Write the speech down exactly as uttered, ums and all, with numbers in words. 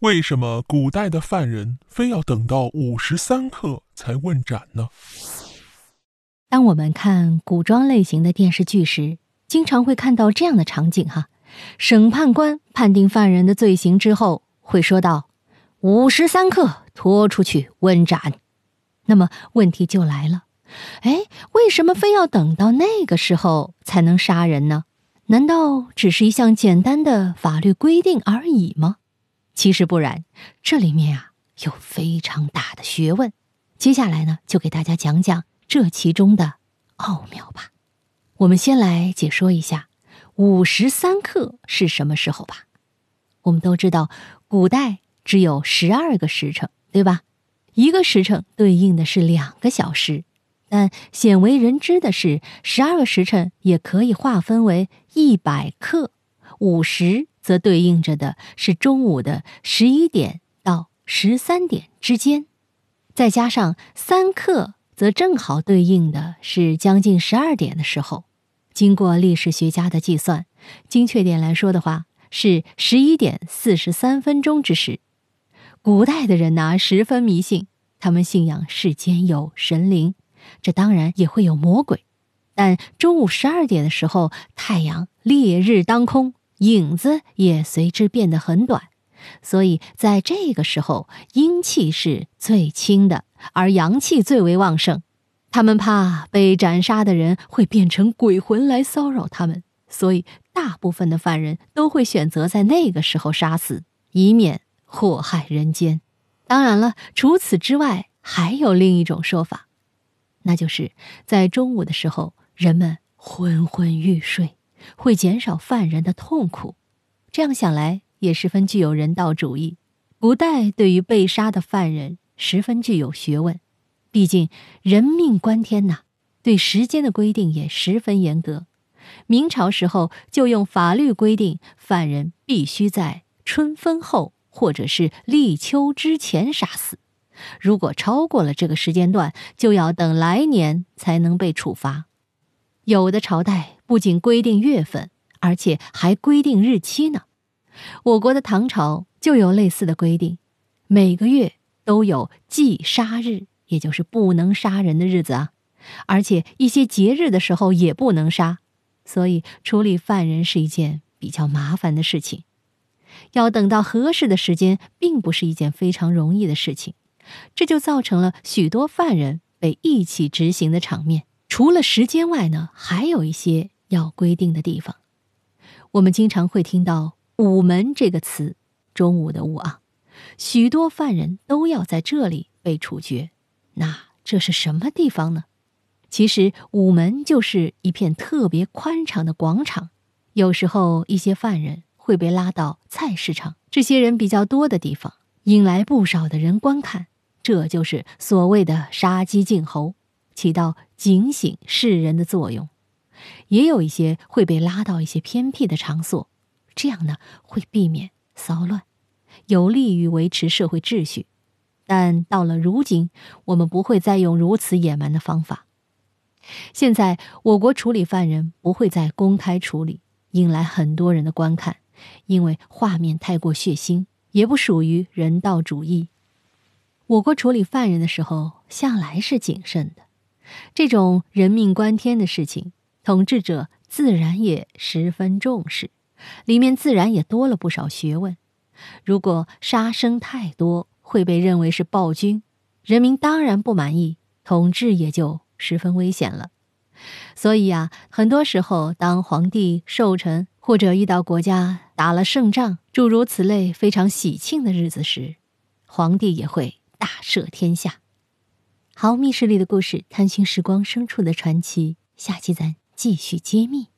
为什么古代的犯人非要等到午时三刻才问斩呢？ 当我们看古装类型的电视剧时，经常会看到这样的场景哈。审判官判定犯人的罪行之后，会说道：午时三刻拖出去问斩。那么问题就来了，哎，为什么非要等到那个时候才能杀人呢？难道只是一项简单的法律规定而已吗？其实不然，这里面啊有非常大的学问。接下来呢，就给大家讲讲这其中的奥妙吧。我们先来解说一下午时三刻是什么时候吧。我们都知道古代只有十二个时辰，对吧？一个时辰对应的是两个小时，但鲜为人知的是，十二个时辰也可以划分为一百刻，午时则对应着的是中午的十一点到十三点之间，再加上三刻，则正好对应的是将近十二点的时候。经过历史学家的计算，精确点来说的话，是十一点四十三分钟之时。古代的人呢，十分迷信，他们信仰世间有神灵，这当然也会有魔鬼。但中午十二点的时候，太阳烈日当空，影子也随之变得很短，所以在这个时候，阴气是最轻的，而阳气最为旺盛。他们怕被斩杀的人会变成鬼魂来骚扰他们，所以大部分的犯人都会选择在那个时候杀死，以免祸害人间。当然了，除此之外，还有另一种说法，那就是在中午的时候，人们昏昏欲睡，会减少犯人的痛苦。这样想来也十分具有人道主义。古代对于被杀的犯人十分具有学问，毕竟人命关天呐，对时间的规定也十分严格。明朝时候就用法律规定，犯人必须在春分后或者是立秋之前杀死，如果超过了这个时间段，就要等来年才能被处罚。有的朝代不仅规定月份，而且还规定日期呢。我国的唐朝就有类似的规定，每个月都有忌杀日，也就是不能杀人的日子啊，而且一些节日的时候也不能杀，所以处理犯人是一件比较麻烦的事情。要等到合适的时间，并不是一件非常容易的事情，这就造成了许多犯人被一起执行的场面。除了时间外呢，还有一些要规定的地方。我们经常会听到午门这个词，中午的午啊，许多犯人都要在这里被处决。那这是什么地方呢？其实午门就是一片特别宽敞的广场，有时候一些犯人会被拉到菜市场，这些人比较多的地方，引来不少的人观看，这就是所谓的杀鸡儆猴，起到警醒世人的作用。也有一些会被拉到一些偏僻的场所，这样呢会避免骚乱，有利于维持社会秩序。但到了如今，我们不会再用如此野蛮的方法。现在我国处理犯人不会再公开处理，引来很多人的观看，因为画面太过血腥，也不属于人道主义。我国处理犯人的时候向来是谨慎的，这种人命关天的事情，统治者自然也十分重视，里面自然也多了不少学问。如果杀生太多，会被认为是暴君，人民当然不满意，统治也就十分危险了。所以啊，很多时候当皇帝、寿臣或者遇到国家打了胜仗，诸如此类非常喜庆的日子时，皇帝也会大赦天下。好，密室里的故事，探寻时光深处的传奇，下期咱继续揭秘。